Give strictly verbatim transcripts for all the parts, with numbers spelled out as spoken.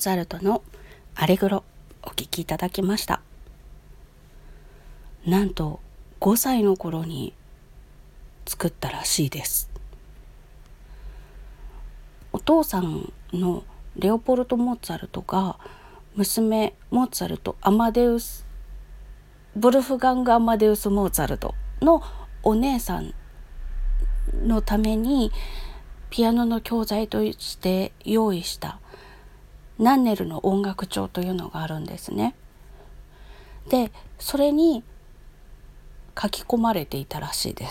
ツァルトのアレグロお聴きいただきました。なんとごさいの頃に作ったらしいです。お父さんのレオポルト・モーツァルトが娘モーツァルト・アマデウスボルフガング・アマデウス・モーツァルトのお姉さんのためにピアノの教材として用意したナンネルの音楽帳というのがあるんですね。で、それに書き込まれていたらしいです。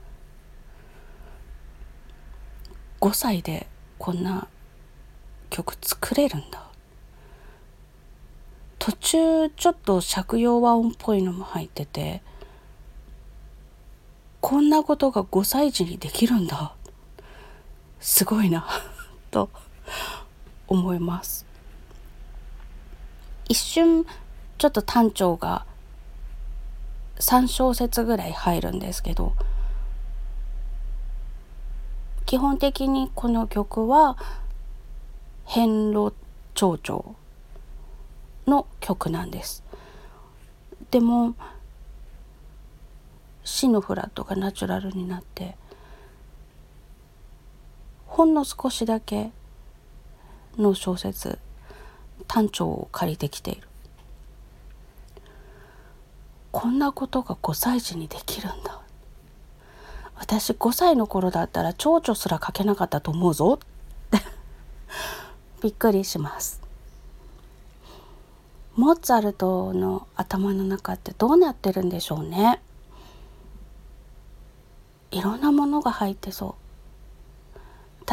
ごさいでこんな曲作れるんだ。途中ちょっと借用和音っぽいのも入ってて、こんなことがごさい児にできるんだ、すごいなと思います。一瞬ちょっと単調がさんしょうせつぐらい入るんですけど、基本的にこの曲は遍路長調の曲なんです。でもシのフラットがナチュラルになってほんの少しだけの小節単調を借りてきている。こんなことがごさい児にできるんだ。私ごさいの頃だったら蝶々すら書けなかったと思うぞびっくりします。モーツァルトの頭の中ってどうなってるんでしょうね。いろんなものが入ってそう。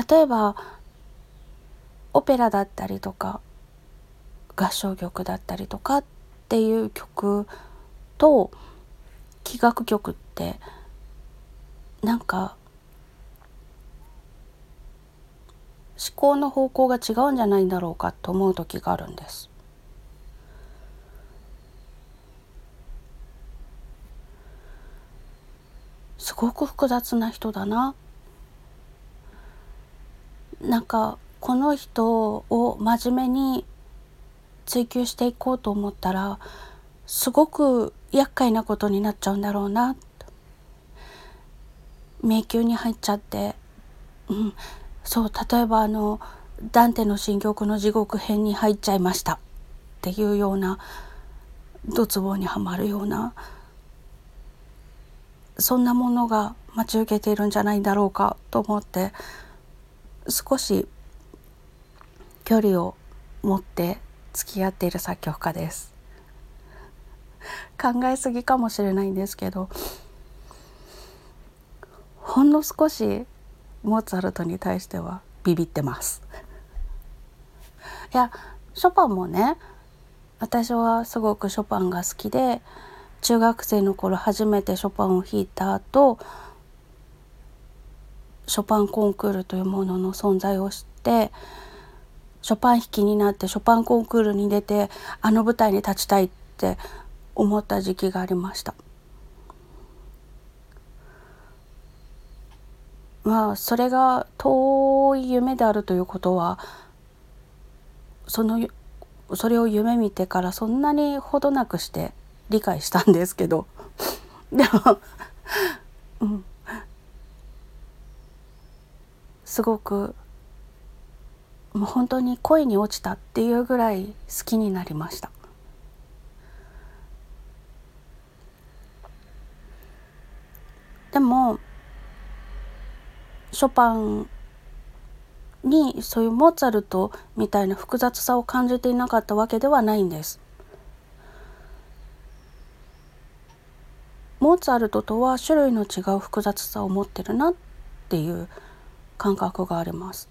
例えばオペラだったりとか合唱曲だったりとかっていう曲と器楽曲ってなんか思考の方向が違うんじゃないんだろうかと思う時があるんです。すごく複雑な人だな。なんかこの人を真面目に追求していこうと思ったらすごく厄介なことになっちゃうんだろうな。迷宮に入っちゃって、うん、そう例えばあのダンテの新曲の地獄編に入っちゃいましたっていうようなドツボにはまるようなそんなものが待ち受けているんじゃないんだろうかと思って少し距離を持って付き合っている作曲家です。考えすぎかもしれないんですけど、ほんの少しモーツァルトに対してはビビってます。いやショパンもね、私はすごくショパンが好きで中学生の頃初めてショパンを弾いた後ショパンコンクールというものの存在を知ってショパン弾きになってショパンコンクールに出てあの舞台に立ちたいって思った時期がありました。まあそれが遠い夢であるということはそのそれを夢見てからそんなにほどなくして理解したんですけどでも、うん、すごくもう本当に恋に落ちたっていうぐらい好きになりました。でもショパンにそういうモーツァルトみたいな複雑さを感じていなかったわけではないんです。モーツァルトとは種類の違う複雑さを持ってるなっていう感覚があります。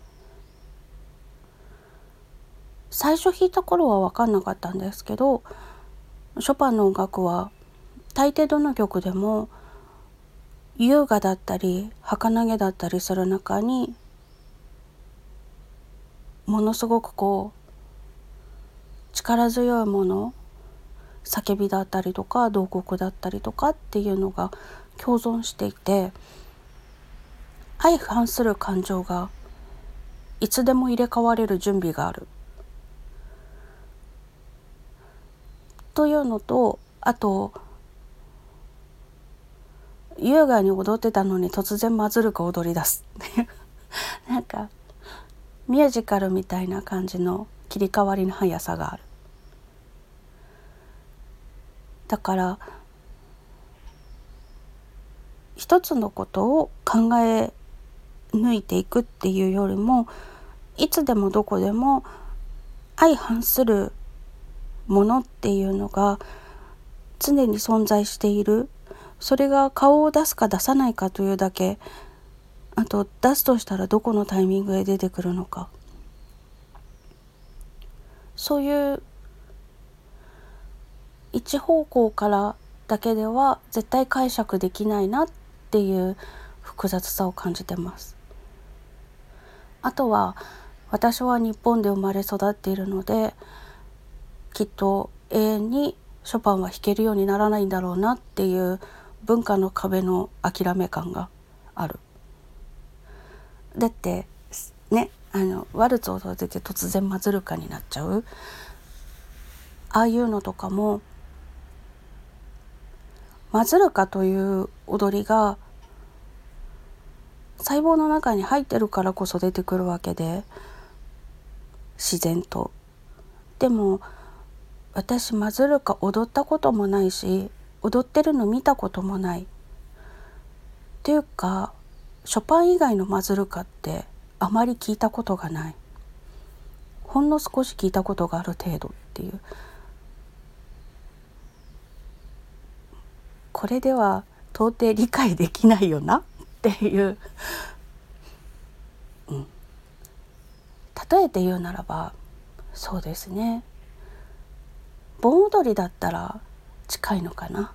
最初弾いた頃は分かんなかったんですけど、ショパンの音楽は大抵どの曲でも優雅だったり儚げだったりする中にものすごくこう力強いもの、叫びだったりとか慟哭だったりとかっていうのが共存していて、相反する感情がいつでも入れ替われる準備があるというのと、あと優雅に踊ってたのに突然マズルカ踊り出すっていうなんかミュージカルみたいな感じの切り替わりの速さがある。だから一つのことを考え抜いていくっていうよりも、いつでもどこでも相反するものっていうのが常に存在している。それが顔を出すか出さないかというだけ、あと出すとしたらどこのタイミングで出てくるのか、そういう一方向からだけでは絶対解釈できないなっていう複雑さを感じてます。あとは私は日本で生まれ育っているので、きっと永遠にショパンは弾けるようにならないんだろうなっていう文化の壁の諦め感がある。だってね、あのワルツを踊ってて突然マズルカになっちゃう、ああいうのとかも、マズルカという踊りが細胞の中に入ってるからこそ出てくるわけで、自然と。でも私マズルカ踊ったこともないし、踊ってるの見たこともないっていうか、ショパン以外のマズルカってあまり聞いたことがない。ほんの少し聞いたことがある程度っていう。これでは到底理解できないよなっていう、うん、例えて言うならばそうですね、盆踊りだったら近いのかな。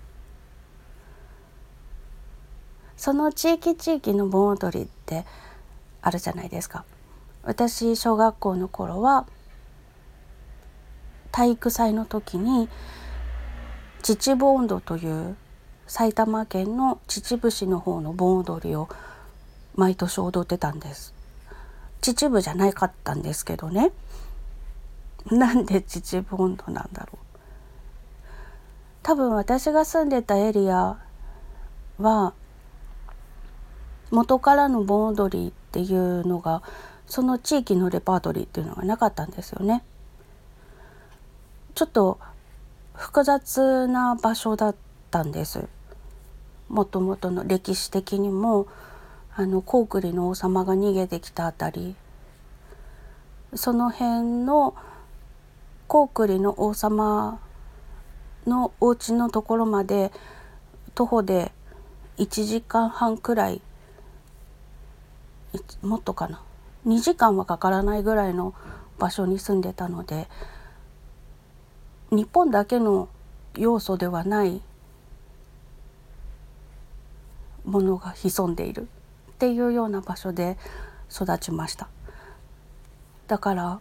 その地域地域の盆踊りってあるじゃないですか。私小学校の頃は体育祭の時に秩父音頭という埼玉県の秩父市の方の盆踊りを毎年踊ってたんです。秩父じゃなかったんですけどね。なんで秩父音頭なんだろう。多分私が住んでたエリアは元からの盆踊りっていうのが、その地域のレパートリーっていうのがなかったんですよね。ちょっと複雑な場所だったんです。もともとの歴史的にも、あの高句麗の王様が逃げてきたあたり、その辺の高句麗の王様のお家のところまで徒歩でいちじかんはんくらい、もっとかな、にじかんはかからないぐらいの場所に住んでたので、日本だけの要素ではないものが潜んでいるっていうような場所で育ちました。だから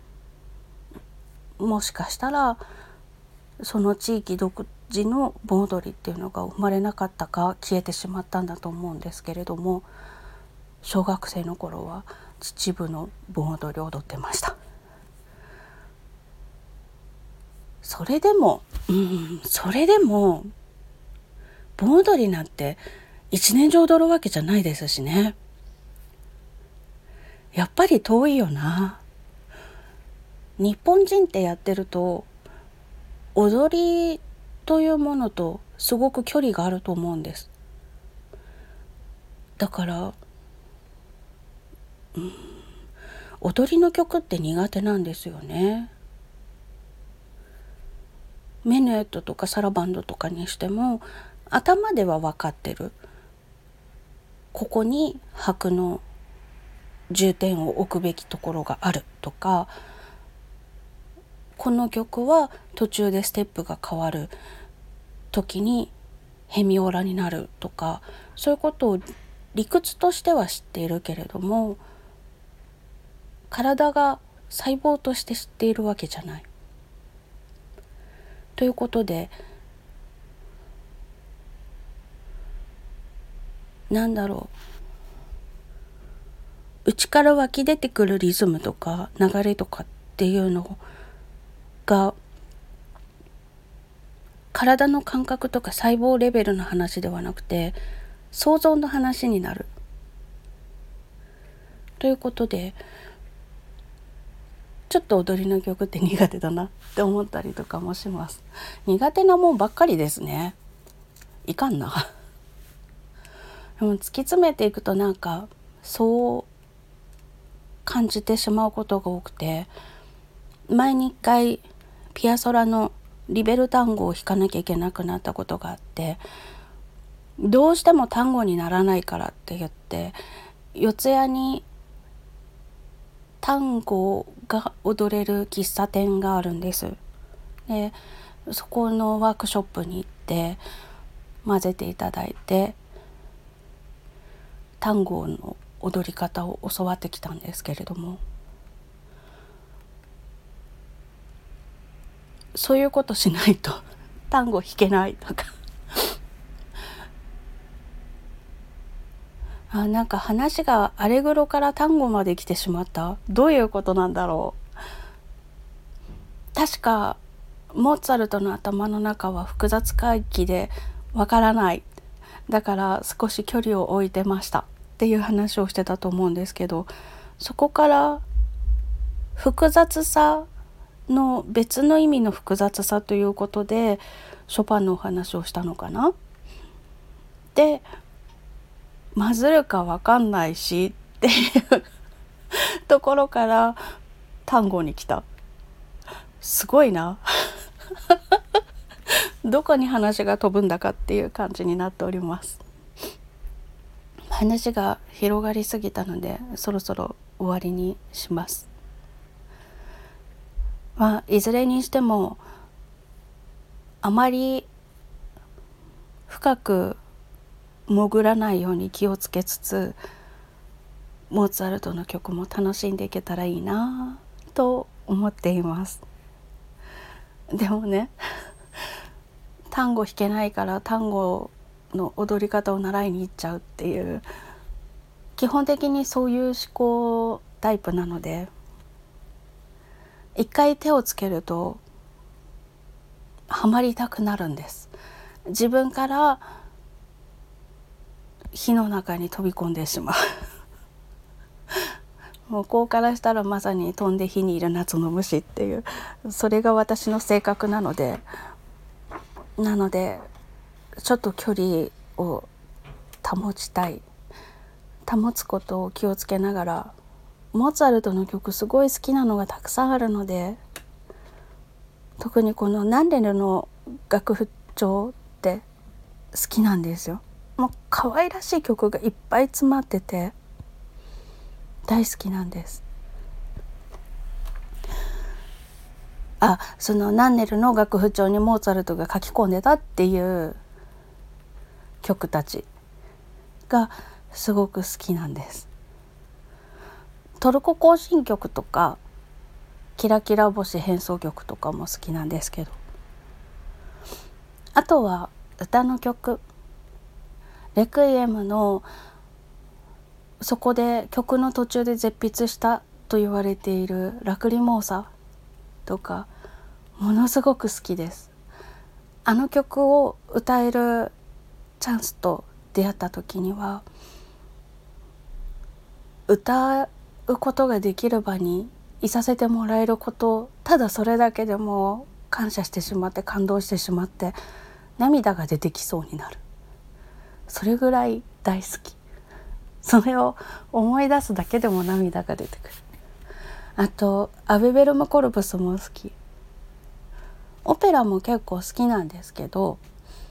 もしかしたらその地域独自の盆踊りっていうのが生まれなかったか消えてしまったんだと思うんですけれども、小学生の頃は秩父の盆踊りを踊ってました。それでも、うん、それでも盆踊りなんて一年中踊るわけじゃないですしね。やっぱり遠いよな。日本人ってやってると踊りというものとすごく距離があると思うんです。だから、うん、踊りの曲って苦手なんですよね。メヌエットとかサラバンドとかにしても頭では分かってる。ここに拍の重点を置くべきところがあるとか、この曲は途中でステップが変わる時にヘミオーラになるとか、そういうことを理屈としては知っているけれども、体が細胞として知っているわけじゃない。ということで、なんだろう、内から湧き出てくるリズムとか流れとかっていうのが体の感覚とか細胞レベルの話ではなくて想像の話になるということで、ちょっと踊りの曲って苦手だなって思ったりとかもします。苦手なもんばっかりですね。いかんなでも突き詰めていくとなんかそう感じてしまうことが多くて、前に一回ピアソラのリベル単語を弾かなきゃいけなくなったことがあって、どうしても単語にならないからって言って四谷に単語が踊れる喫茶店があるんです。でそこのワークショップに行って混ぜていただいて単語の踊り方を教わってきたんですけれども、そういうことしないと単語弾けないとかあ、なんか話がアレグロから単語まで来てしまった。どういうことなんだろう。確かモーツァルトの頭の中は複雑回帰でわからない、だから少し距離を置いてましたっていう話をしてたと思うんですけど、そこから複雑さの別の意味の複雑さということでショパンのお話をしたのかな。で混ぜるか分かんないしっていうところから単語に来た。すごいなどこに話が飛ぶんだかっていう感じになっております。話が広がりすぎたのでそろそろ終わりにします。まあいずれにしてもあまり深く潜らないように気をつけつつ、モーツァルトの曲も楽しんでいけたらいいなと思っています。でもね単語弾けないから単語の踊り方を習いに行っちゃうっていう、基本的にそういう思考タイプなので、一回手をつけるとハマりたくなるんです。自分から火の中に飛び込んでしまうもうこうからしたらまさに飛んで火にいる夏の虫っていう、それが私の性格なのでなのでちょっと距離を保ちたい保つことを気をつけながら、モーツァルトの曲すごい好きなのがたくさんあるので、特にこのナンレルの楽譜調って好きなんですよ。もう可愛らしい曲がいっぱい詰まってて大好きなんです。あ、そのナンネルの楽譜調にモーツァルトが書き込んでたっていう曲たちがすごく好きなんです。トルコ行進曲とかキラキラ星変奏曲とかも好きなんですけど、あとは歌の曲、レクイエムのそこで曲の途中で絶筆したと言われているラクリモーサとかものすごく好きです。あの曲を歌えるチャンスと出会った時には、歌うことができる場にいさせてもらえること、ただそれだけでも感謝してしまって感動してしまって涙が出てきそうになる。それぐらい大好き。それを思い出すだけでも涙が出てくる。あとアベベルムコルプスも好き。オペラも結構好きなんですけど、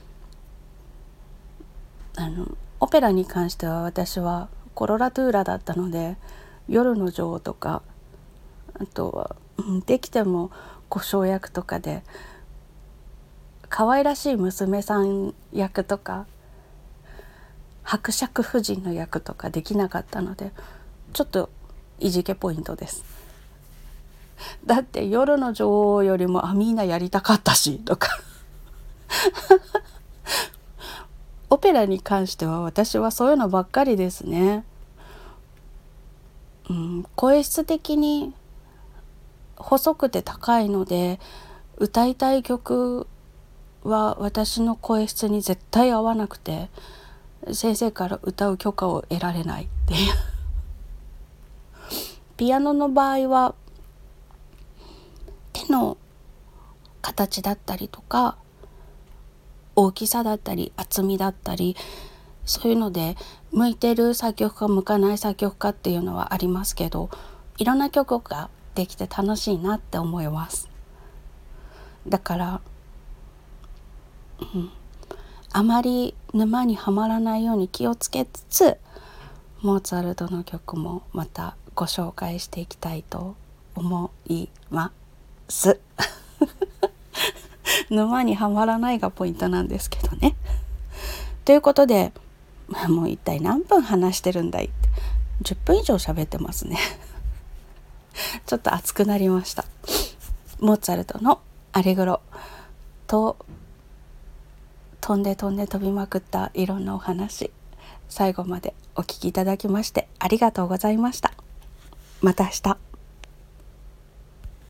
あのオペラに関しては私はコロラトゥーラだったので、夜の女王とか、あとは、うん、できても小姓役とかで可愛らしい娘さん役とか伯爵夫人の役とかできなかったので、ちょっといじけポイントです。だって夜の女王よりもアミーナやりたかったしとかオペラに関しては私はそういうのばっかりですね。うん、声質的に細くて高いので歌いたい曲は私の声質に絶対合わなくて、先生から歌う許可を得られないっていうピアノの場合は手の形だったりとか大きさだったり厚みだったり、そういうので向いてる作曲家向かない作曲家っていうのはありますけど、いろんな曲ができて楽しいなって思います。だから、うん、あまり沼にはまらないように気をつけつつ、モーツァルトの曲もまたご紹介していきたいと思います沼にはまらないがポイントなんですけどね。ということで、もう一体何分話してるんだいってじゅっぷん以上喋ってますねちょっと熱くなりました。モーツァルトのアレグロと飛んで飛んで飛びまくったいろんなお話、最後までお聞きいただきましてありがとうございました。また明日。